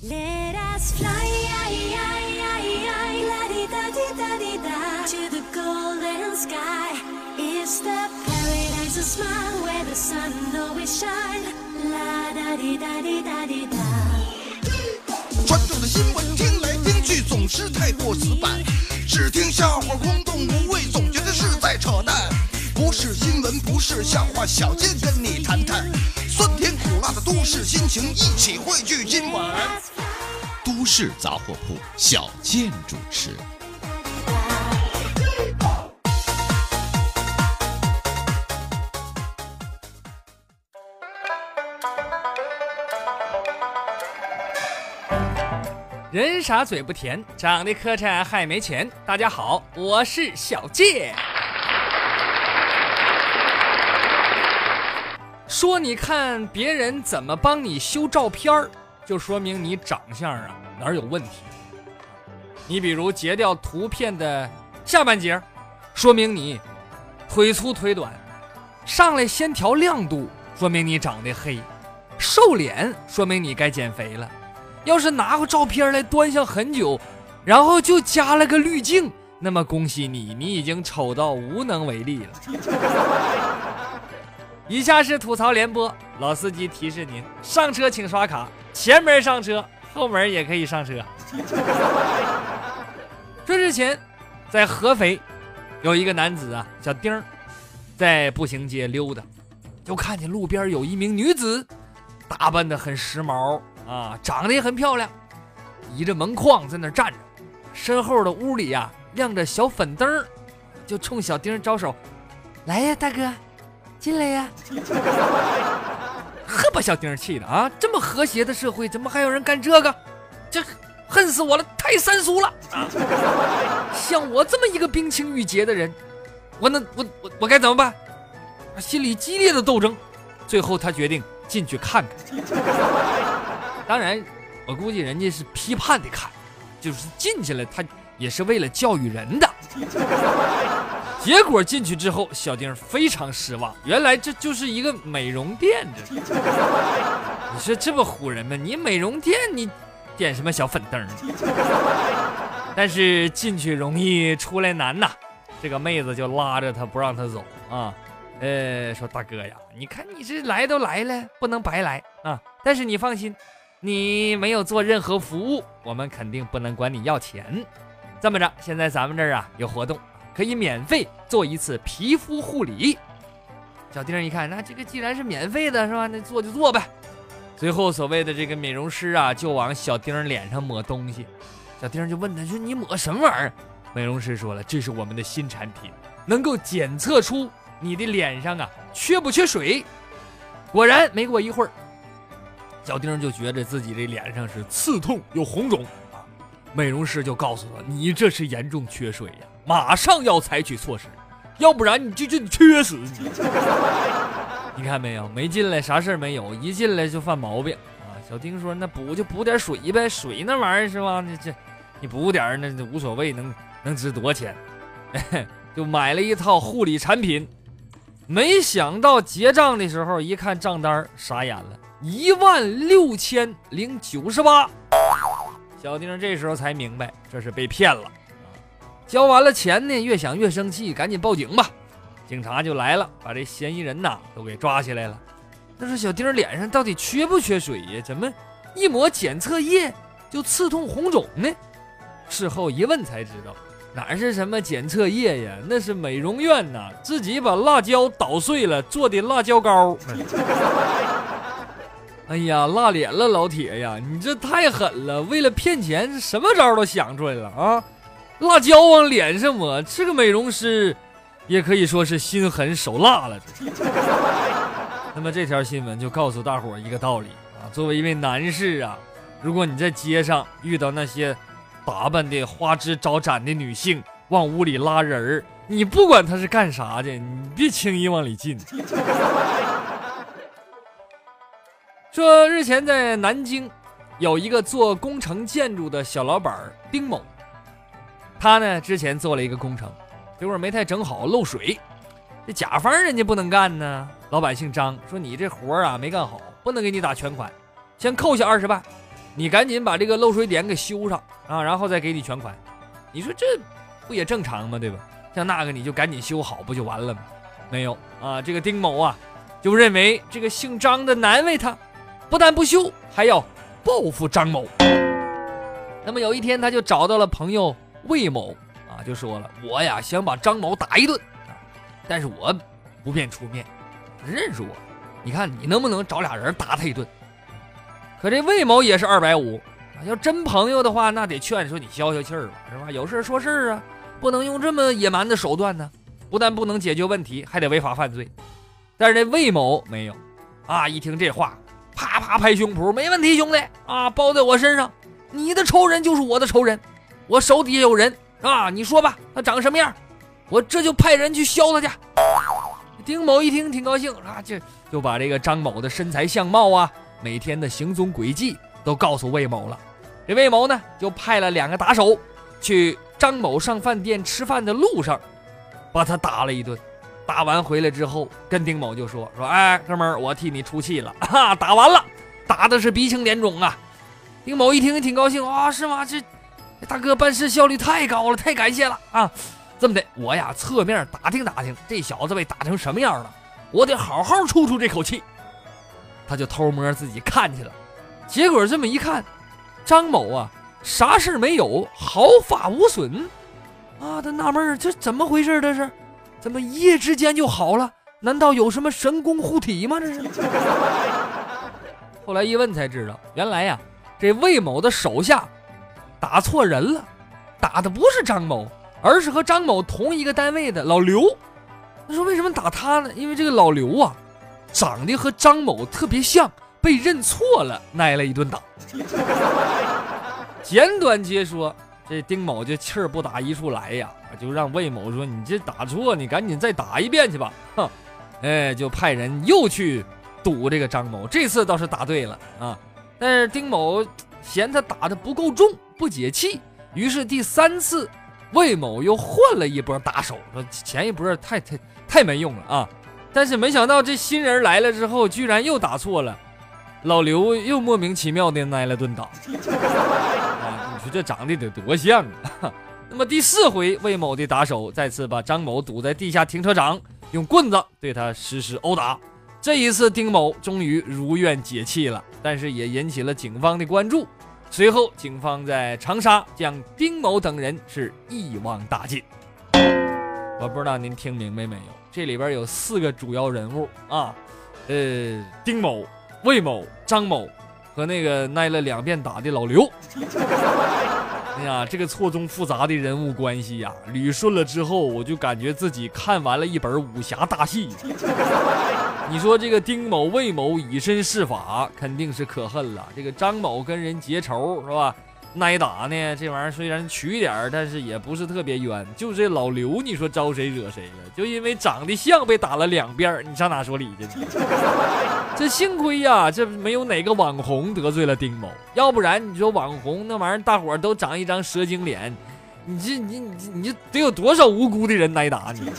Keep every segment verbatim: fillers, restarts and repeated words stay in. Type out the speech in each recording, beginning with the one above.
Let us fly to the golden sky. It's the paradise of smile where the sun always shine. La da di da di da di da. 传统的新闻听来听去总是太过死板，只听笑话空洞无味，总觉得是在扯淡。不是新闻，不是笑话，小健跟你谈谈酸甜苦辣的都市心情，一起汇聚今晚。 都市杂货铺，小健主持。 人傻嘴不甜，长得磕碜还没钱。大家好，我是小健。说你看别人怎么帮你修照片，就说明你长相啊哪儿有问题。你比如截掉图片的下半截，说明你腿粗腿短；上来先调亮度，说明你长得黑；瘦脸，说明你该减肥了。要是拿过照片来端详很久，然后就加了个滤镜，那么恭喜你，你已经丑到无能为力了。以下是吐槽联播，老司机提示您：上车请刷卡，前门上车，后门也可以上车。这之前，在合肥有一个男子啊，小丁，在步行街溜达，就看见路边有一名女子，打扮得很时髦啊，长得也很漂亮，倚着门框在那站着，身后的屋里啊亮着小粉灯，就冲小丁招手：“来呀，大哥，进来呀！”呵，把小丁气的啊！这么和谐的社会，怎么还有人干这个？这恨死我了，太三俗了啊！像我这么一个冰清玉洁的人，我能我我我该怎么办？心里激烈的斗争，最后他决定进去看看。当然，我估计人家是批判的看，就是进去了，他也是为了教育人的。结果进去之后，小丁非常失望，原来这就是一个美容店。这你说这么唬人吗？你美容店你点什么小粉灯？但是进去容易出来难呐，这个妹子就拉着他不让他走啊。呃，说大哥呀，你看你这来都来了，不能白来啊。但是你放心，你没有做任何服务，我们肯定不能管你要钱。这么着，现在咱们这儿啊有活动，可以免费做一次皮肤护理。小丁一看，那这个既然是免费的，是吧？那做就做呗。最后，所谓的这个美容师啊，就往小丁脸上抹东西。小丁就问他说：“你抹什么玩意儿？”美容师说了：“这是我们的新产品，能够检测出你的脸上啊缺不缺水。”果然，没过一会儿，小丁就觉得自己这脸上是刺痛又红肿。美容师就告诉他：“你这是严重缺水呀，马上要采取措施，要不然你就就缺死你。”你看没有，没进来啥事没有，一进来就犯毛病啊！小丁说：“那补就补点水呗，水那玩意儿是吧？你这你补点那无所谓，能能值多少钱？”就买了一套护理产品，没想到结账的时候一看账单，傻眼了，一万六千零九十八。小丁这时候才明白这是被骗了，交完了钱呢，越想越生气，赶紧报警吧。警察就来了，把这嫌疑人呐都给抓起来了。但是小丁脸上到底缺不缺水呀？怎么一抹检测液就刺痛红肿呢？事后一问才知道，哪是什么检测液呀，那是美容院呐自己把辣椒捣碎了做的辣椒膏。哎呀，辣脸了老铁呀，你这太狠了，为了骗钱什么招都想出来了啊！辣椒往脸上抹，这个美容师也可以说是心狠手辣了。那么这条新闻就告诉大伙一个道理啊，作为一位男士啊，如果你在街上遇到那些打扮的花枝招展的女性往屋里拉人，你不管她是干啥的，你别轻易往里进。说日前在南京有一个做工程建筑的小老板丁某，他呢之前做了一个工程，结果没太整好漏水，这甲方人家不能干呢。老板姓张，说你这活啊没干好，不能给你打全款，先扣下二十万。 你赶紧把这个漏水点给修上啊，然后再给你全款。你说这不也正常吗？对吧？像那个你就赶紧修好不就完了吗？没有啊，这个丁某啊就认为这个姓张的难为他，不但不修，还要报复张某。那么有一天他就找到了朋友魏某啊，就说了，我呀想把张某打一顿，但是我不便出面，认识我，你看你能不能找俩人打他一顿？可这魏某也是二百五，要真朋友的话，那得劝说你消消气儿吧，是吧？有事说事啊，不能用这么野蛮的手段呢，不但不能解决问题，还得违法犯罪。但是这魏某没有啊，一听这话，啪啪拍胸脯，没问题，兄弟啊，包在我身上，你的仇人就是我的仇人，我手底下有人啊，你说吧，他长什么样，我这就派人去削他去。丁某一听挺高兴啊，这就把这个张某的身材相貌啊，每天的行踪轨迹都告诉魏某了。这魏某呢，就派了两个打手去张某上饭店吃饭的路上，把他打了一顿。打完回来之后，跟丁某就说说，哎，哥们儿，我替你出气了，哈，打完了，打的是鼻青脸肿啊。丁某一听也挺高兴啊，是吗？这大哥办事效率太高了，太感谢了啊！这么的，我呀侧面打听打听这小子被打成什么样了，我得好好出出这口气。他就偷摸自己看去了，结果这么一看，张某啊啥事没有，毫发无损啊！他纳闷，这怎么回事？这是怎么一夜之间就好了？难道有什么神功护体吗？这是。后来一问才知道，原来呀这魏某的手下打错人了，打的不是张某，而是和张某同一个单位的老刘。他说为什么打他呢？因为这个老刘啊长得和张某特别像，被认错了，挨了一顿打。简短截说，这丁某就气儿不打一处来呀，就让魏某说，你这打错，你赶紧再打一遍去吧。哼，哎，就派人又去堵这个张某，这次倒是打对了啊。但是丁某嫌他打得不够重，不解气，于是第三次魏某又换了一波打手，说前一波太太太没用了啊。但是没想到这新人来了之后，居然又打错了，老刘又莫名其妙的挨了顿打。啊，你说这长得得多像啊！那么第四回，魏某的打手再次把张某堵在地下停车场，用棍子对他实施殴打。这一次丁某终于如愿解气了，但是也引起了警方的关注。随后警方在长沙将丁某等人是一网打尽。我不知道您听明白没有，这里边有四个主要人物啊，呃，丁某、魏某、张某和那个挨了两遍打的老刘。哎呀，这个错综复杂的人物关系呀、啊，捋顺了之后，我就感觉自己看完了一本武侠大戏。你说这个丁某、魏某以身试法，肯定是可恨了。这个张某跟人结仇是吧？挨打呢，这玩意儿虽然取点，但是也不是特别冤。就这老刘，你说招谁惹谁了？就因为长得像被打了两遍，你上哪说理去？这幸亏呀，这没有哪个网红得罪了丁某，要不然你说网红那玩意儿，大伙儿都长一张蛇精脸，你这你你你这得有多少无辜的人挨打你？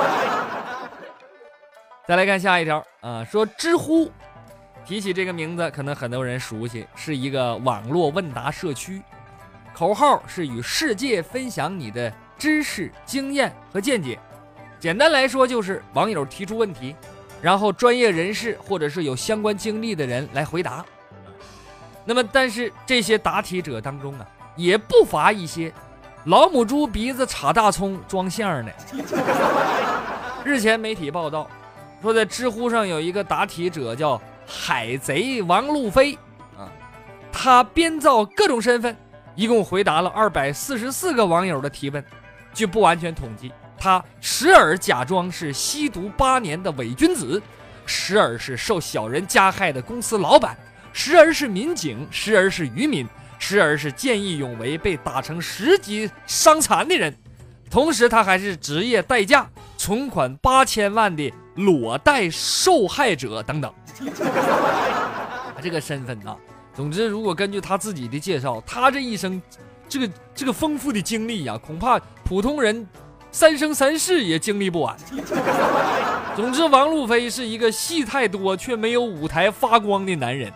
再来看下一条啊，说知乎，提起这个名字，可能很多人熟悉，是一个网络问答社区，口号是与世界分享你的知识、经验和见解。简单来说，就是网友提出问题，然后专业人士或者是有相关经历的人来回答。那么，但是这些答题者当中啊，也不乏一些老母猪鼻子插大葱装相的。日前媒体报道说，在知乎上有一个答题者叫海贼王路飞啊，他编造各种身份，一共回答了二百四十四个网友的提问。据不完全统计，他时而假装是吸毒八年的伪君子，时而是受小人加害的公司老板，时而是民警，时而是渔民，时而是见义勇为被打成十级伤残的人。同时他还是职业代驾，存款八千万的裸贷受害者等等。这个身份啊，总之如果根据他自己的介绍，他这一生这个这个丰富的经历啊，恐怕普通人三生三世也经历不完。总之王路飞是一个戏太多却没有舞台发光的男人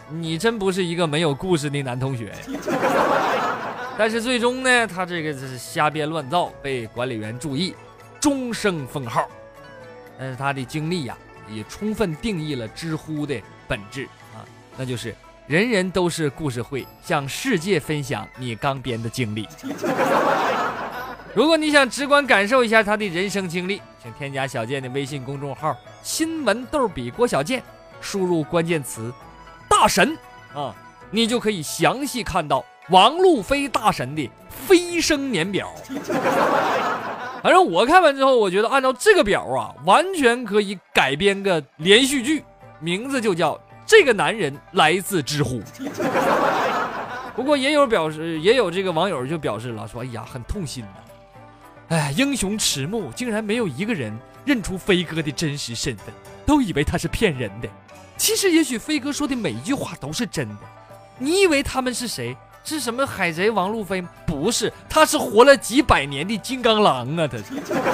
你真不是一个没有故事的男同学呀。但是最终呢，他这个是瞎编乱造，被管理员注意，终生封号。但是他的经历呀、啊，也充分定义了知乎的本质啊，那就是人人都是故事会，向世界分享你刚编的经历。如果你想直观感受一下他的人生经历，请添加小健的微信公众号新闻逗比郭小健，输入关键词大神啊，你就可以详细看到王路飞大神的飞升年表。反正我看完之后，我觉得按照这个表啊，完全可以改编个连续剧，名字就叫这个男人来自知乎。不过也有表示，也有这个网友就表示了，说哎呀，很痛心呐、啊。哎，英雄迟暮，竟然没有一个人认出飞哥的真实身份，都以为他是骗人的。其实也许飞哥说的每一句话都是真的。你以为他们是谁？是什么海贼王路飞吗？不是，他是活了几百年的金刚狼啊！他是。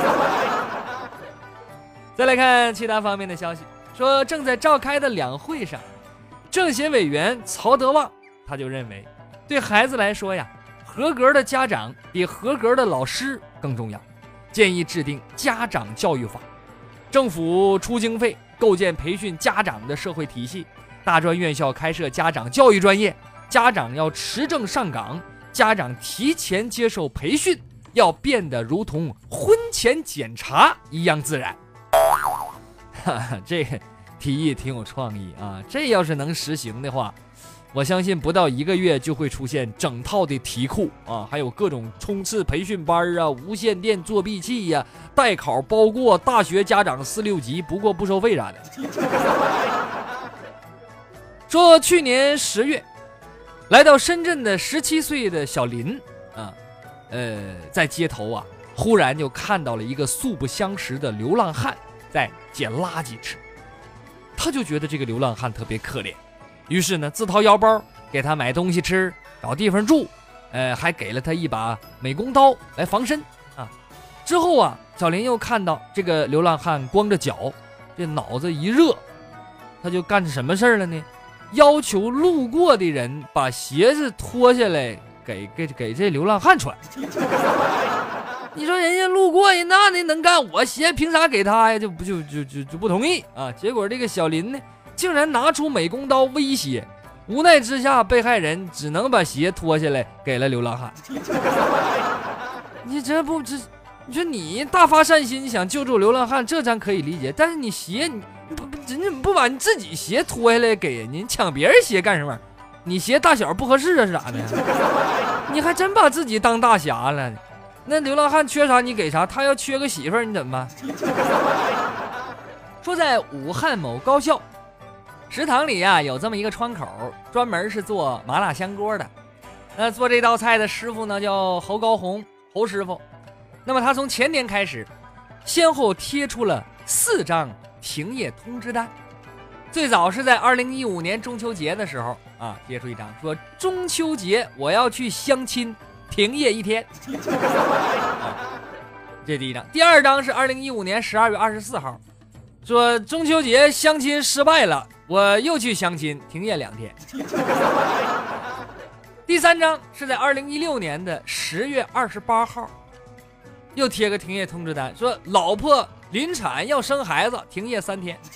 再来看其他方面的消息，说正在召开的两会上，政协委员曹德旺他就认为，对孩子来说呀，合格的家长比合格的老师更重要，建议制定家长教育法，政府出经费构建培训家长的社会体系，大专院校开设家长教育专业，家长要持证上岗，家长提前接受培训，要变得如同婚前检查一样自然。哈哈，这个提议挺有创意啊！这要是能实行的话，我相信不到一个月就会出现整套的题库啊，还有各种冲刺培训班啊、无线电作弊器呀、啊、代考包过、大学家长四六级不过不收费啥的。说去年十月，来到深圳的十七岁的小林啊，呃，在街头啊，忽然就看到了一个素不相识的流浪汉在捡垃圾吃，他就觉得这个流浪汉特别可怜。于是呢，自掏腰包给他买东西吃，找地方住，呃，还给了他一把美工刀来防身啊。之后啊，小林又看到这个流浪汉光着脚，这脑子一热，他就干什么事了呢？要求路过的人把鞋子脱下来给给给这流浪汉穿。你说人家路过人那那能干，我鞋凭啥给他呀？就不就就就就不同意啊！结果这个小林呢，竟然拿出美工刀威胁，无奈之下，被害人只能把鞋脱下来给了流浪汉。你这不这，你说你大发善心想救助流浪汉，这咱可以理解，但是你鞋你不不人家不把你自己鞋脱下来给人家，你抢别人鞋干什么？你鞋大小不合适啊是咋的？你还真把自己当大侠了。那流浪汉缺啥你给啥，他要缺个媳妇儿你怎么办？说在武汉某高校食堂里呀、啊，有这么一个窗口，专门是做麻辣香锅的。那做这道菜的师傅呢叫侯高红，侯师傅。那么他从前年开始，先后贴出了四张停业通知单。最早是在二零一五年中秋节的时候啊，贴出一张说中秋节我要去相亲，停业一天。啊、这第一张。第二张是二零一五年十二月二十四号，说中秋节相亲失败了，我又去相亲，停业两天。第三张是在二零一六年的十月二十八号，又贴个停业通知单，说老婆临产要生孩子，停业三天。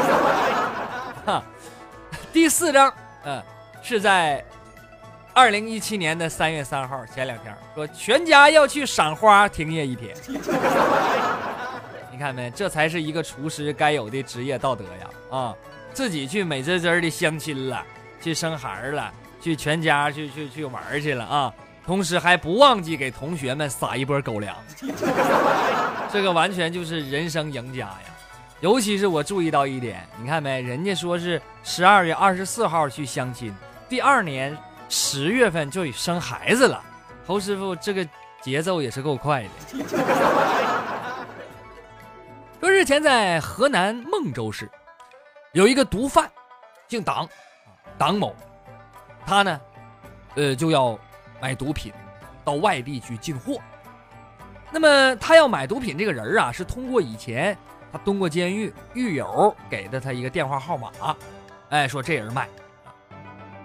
第四张，呃，是在二零一七年的三月三号，前两天说全家要去赏花，停业一天。你看没？这才是一个厨师该有的职业道德呀！啊，自己去美滋滋的相亲了，去生孩了，去全家去去去玩去了啊！同时还不忘记给同学们撒一波狗粮，这个完全就是人生赢家呀！尤其是我注意到一点，你看没？人家说是十二月二十四号去相亲，第二年十月份就生孩子了。侯师傅这个节奏也是够快的。说日前在河南孟州市，有一个毒贩，姓党，党某，他呢，呃，就要买毒品，到外地去进货。那么他要买毒品这个人啊，是通过以前他蹲过监狱狱友给的他一个电话号码，哎，说这人卖。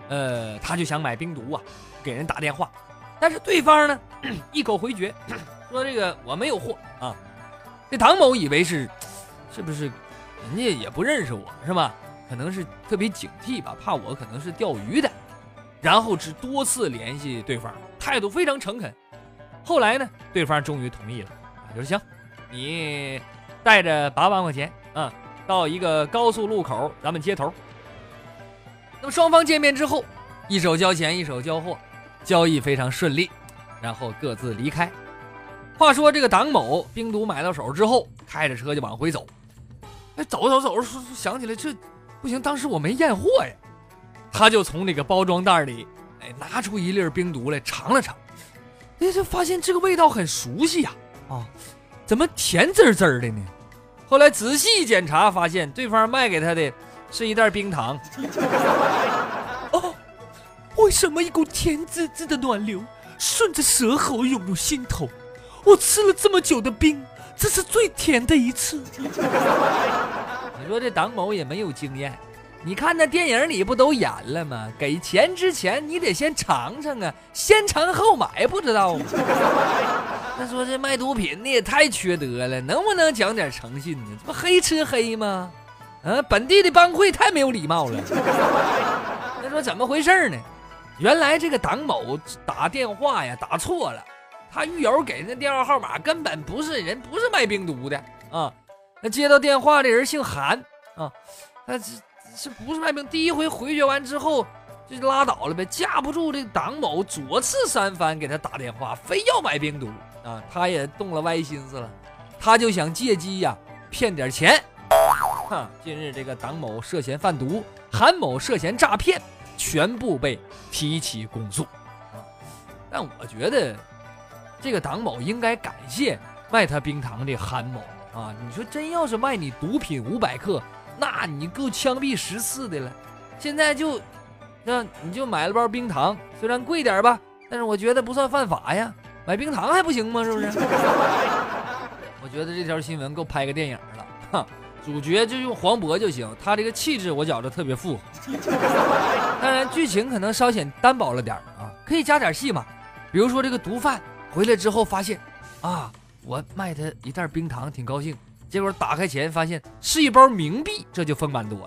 呃，他就想买冰毒啊，给人打电话，但是对方呢一口回绝，说这个我没有货啊。这唐某以为是是不是人家也不认识我是吧？可能是特别警惕吧，怕我可能是钓鱼的，然后只多次联系对方，态度非常诚恳。后来呢，对方终于同意了，就说行，你带着八万块钱啊，到一个高速路口，咱们接头。那么双方见面之后，一手交钱，一手交货，交易非常顺利，然后各自离开。话说这个党某冰毒买到手之后，开着车就往回走。哎，走走走，想起来这不行，当时我没验货呀。他就从那个包装袋里，哎，拿出一粒冰毒来尝了尝。哎，就发现这个味道很熟悉呀、啊，啊，怎么甜滋滋的呢？后来仔细检查，发现对方卖给他的是一袋冰糖。哦，为什么一股甜滋滋的暖流顺着舌头涌入心头？我吃了这么久的冰，这是最甜的一次。你说这党某也没有经验，你看那电影里不都演了吗？给钱之前你得先尝尝啊，先尝后买，不知道吗？那说这卖毒品的也太缺德了，能不能讲点诚信呢？这不黑吃黑吗？啊，本地的帮会太没有礼貌了。那说怎么回事呢？原来这个党某打电话呀打错了，他狱友给那电话号码根本不是人，不是卖冰毒的啊。那接到电话的人姓韩啊，他这是不是卖冰？第一回回绝完之后就拉倒了呗，架不住这个党某左次三番给他打电话，非要买冰毒啊，他也动了歪心思了，他就想借机呀骗点钱。哈，近日这个党某涉嫌贩毒，韩某涉嫌诈骗，全部被提起公诉啊。但我觉得这个党某应该感谢卖他冰糖的韩某啊！你说真要是卖你毒品五百克，那你够枪毙十次的了。现在就那你就买了包冰糖，虽然贵点吧，但是我觉得不算犯法呀。买冰糖还不行吗？是不是？我觉得这条新闻够拍个电影了。哈，主角就用黄渤就行，他这个气质我觉着特别符合。当然剧情可能稍显单薄了点啊，可以加点戏嘛。比如说这个毒贩回来之后发现啊，我卖他一袋冰糖挺高兴，结果打开钱发现是一包冥币，这就丰满多了。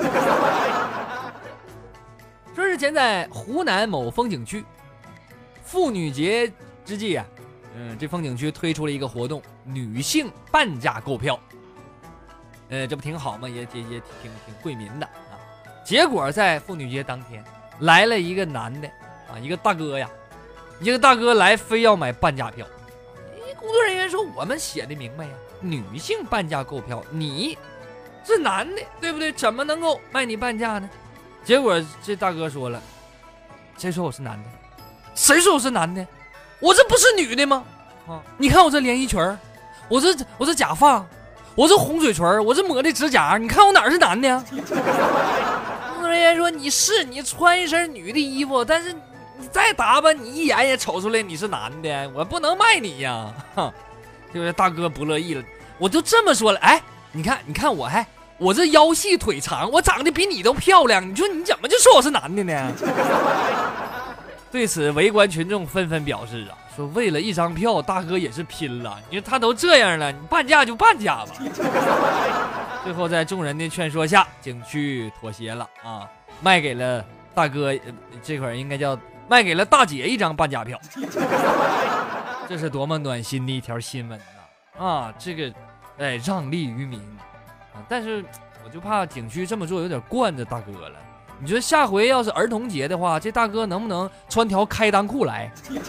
说日前在湖南某风景区妇女节之际啊，嗯，这风景区推出了一个活动，女性半价购票。呃，这不挺好吗？也也也挺挺惠民的啊。结果在妇女节当天来了一个男的啊，一个大哥呀，一个大哥来非要买半价票。工作人员说我们写的明白呀，女性半价购票，你是男的对不对？怎么能够卖你半价呢？结果这大哥说了，谁说我是男的？谁说我是男的？我这不是女的吗？啊，你看我这连衣裙，我这我这假发，我这红嘴唇，我这抹的指甲，你看我哪儿是男的呀？工作人员说你是你穿一身女的衣服，但是你再打扮，你一眼也瞅出来你是男的，我不能卖你呀！哼，就是大哥不乐意了，我就这么说了，哎，你看，你看我还，我这腰细腿长，我长得比你都漂亮，你说你怎么就说我是男的呢？对此，围观群众纷纷表示啊，说为了一张票，大哥也是拼了，你说他都这样了，你半价就半价吧。最后在众人的劝说下，景区妥协了啊，卖给了大哥，呃、这会儿应该叫。卖给了大姐一张半价票，这是多么暖心的一条新闻呐！啊，这个，哎，让利于民啊！但是我就怕景区这么做有点惯着大哥了。你说下回要是儿童节的话，这大哥能不能穿条开裆裤来？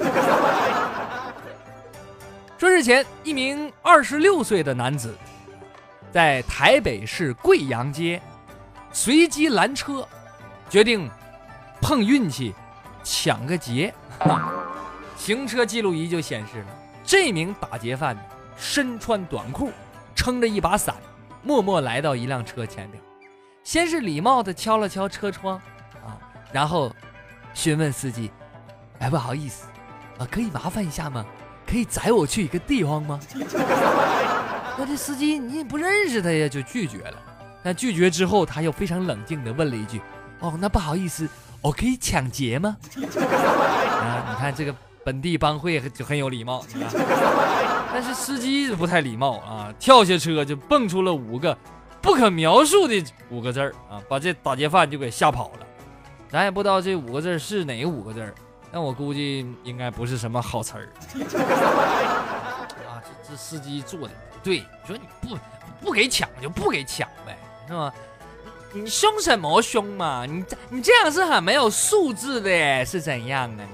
说日前，一名二十六岁的男子在台北市贵阳街随机拦车，决定碰运气。抢个劫，行车记录仪就显示了这名打劫犯身穿短裤，撑着一把伞，默默来到一辆车前边，先是礼貌地敲了敲车窗啊，然后询问司机：“哎，不好意思啊，可以麻烦一下吗？可以载我去一个地方吗？”那这司机你也不认识他呀，就拒绝了。但拒绝之后，他又非常冷静地问了一句：“哦，那不好意思。” 我可以抢劫吗？啊，你看这个本地帮会就很有礼貌，但是司机不太礼貌啊，跳下车就蹦出了五个不可描述的五个字儿啊，把这打劫犯就给吓跑了。咱也不知道这五个字是哪五个字，但我估计应该不是什么好词儿。啊，这这司机做的不对，你说你不不给抢就不给抢呗，是吧？你凶什么凶嘛？你你这样是很没有素质的耶，是怎样啊？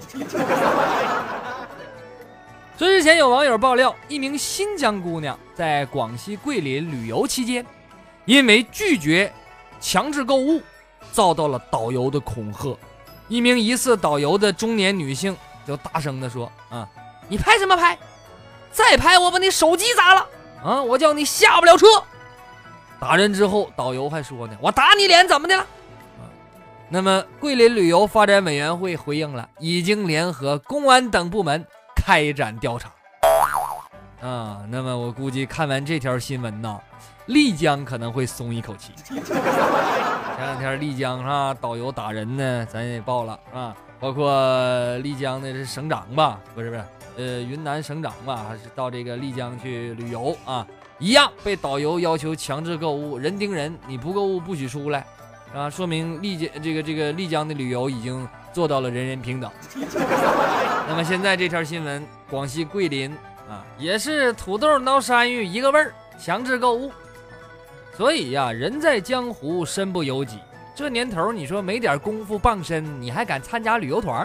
说日前有网友爆料，一名新疆姑娘在广西桂林旅游期间，因为拒绝强制购物，遭到了导游的恐吓。一名疑似导游的中年女性就大声地说：“啊，你拍什么拍？再拍我把你手机砸了！啊，我叫你下不了车。”打人之后，导游还说呢：“我打你脸怎么的了？”啊，那么桂林旅游发展委员会回应了，已经联合公安等部门开展调查。啊，那么我估计看完这条新闻呢，丽江可能会松一口气。前两天丽江啊，导游打人呢，咱也报了啊，包括丽江的是省长吧？不是不是，呃，云南省长吧，还是到这个丽江去旅游啊？一样被导游要求强制购物，人盯人，你不购物不许出来，啊，说明丽江这个这个丽江的旅游已经做到了人人平等。那么现在这条新闻，广西桂林啊，也是土豆捞山芋一个味儿，强制购物。所以呀、啊，人在江湖身不由己，这年头你说没点功夫傍身，你还敢参加旅游团？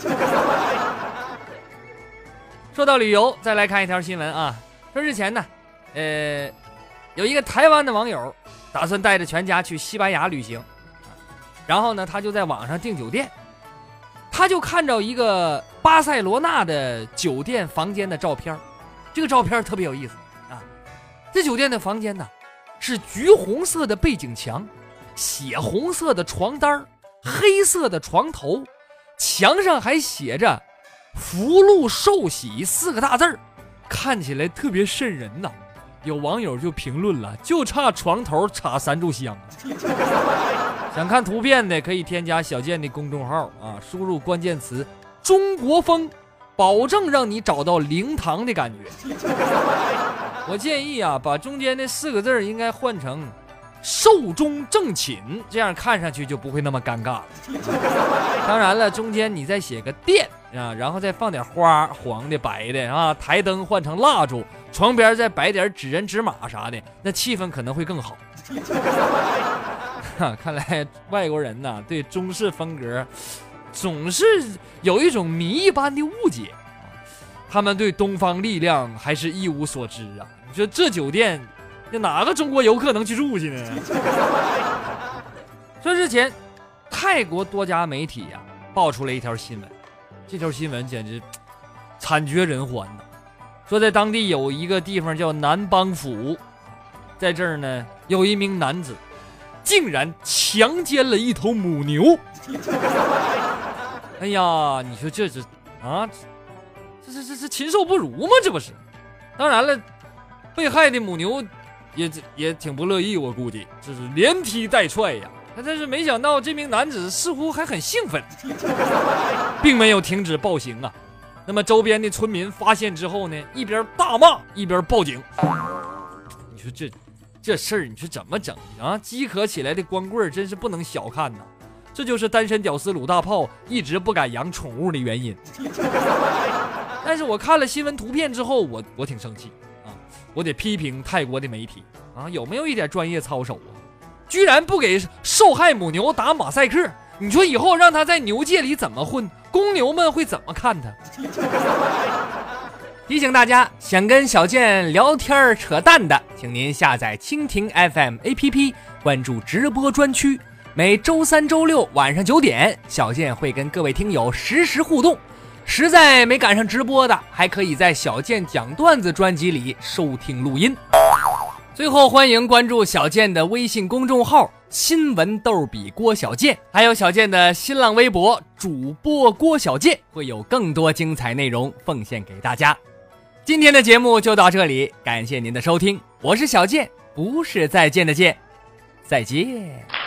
说到旅游，再来看一条新闻啊，说日前呢。呃，有一个台湾的网友打算带着全家去西班牙旅行，然后呢，他就在网上订酒店，他就看到一个巴塞罗那的酒店房间的照片，这个照片特别有意思啊。这酒店的房间呢，是橘红色的背景墙，血红色的床单，黑色的床头，墙上还写着“福禄寿喜”四个大字儿，看起来特别瘆人呐。有网友就评论了，就差床头插三炷香了。想看图片的可以添加小健的公众号啊，输入关键词中国风，保证让你找到灵堂的感觉。我建议啊，把中间那四个字应该换成寿终正寝，这样看上去就不会那么尴尬了。当然了，中间你再写个店啊，然后再放点花，黄的白的啊，台灯换成蜡烛，床边再摆点纸人纸马啥的，那气氛可能会更好。看来外国人呐，对中式风格总是有一种谜一般的误解，他们对东方力量还是一无所知啊！你说这酒店，那哪个中国游客能去住去呢？说之前，泰国多家媒体呀、啊、爆出了一条新闻，这条新闻简直惨绝人寰呐！说在当地有一个地方叫南邦府，在这儿呢有一名男子竟然强奸了一头母牛。哎呀，你说这是啊，这这这这禽兽不如吗？这不是？当然了，被害的母牛也也挺不乐意，我估计这是连踢带踹呀。但是没想到这名男子似乎还很兴奋，并没有停止暴行啊。那么周边的村民发现之后呢，一边大骂一边报警。你说这这事儿你说怎么整啊？饥渴起来的光棍真是不能小看呐。这就是单身屌丝鲁大炮一直不敢养宠物的原因。但是我看了新闻图片之后，我我挺生气啊！我得批评泰国的媒体啊，有没有一点专业操守啊？居然不给受害母牛打马赛克，你说以后让他在牛界里怎么混？公牛们会怎么看他？提醒大家，想跟小健聊天扯淡的，请您下载蜻蜓 F M A P P， 关注直播专区。每周三、周六晚上九点，小健会跟各位听友实时互动。实在没赶上直播的，还可以在小健讲段子专辑里收听录音。最后，欢迎关注小健的微信公众号新闻逗比郭小健，还有小健的新浪微博主播郭小健，会有更多精彩内容奉献给大家。今天的节目就到这里，感谢您的收听，我是小健，不是再见的见，再见。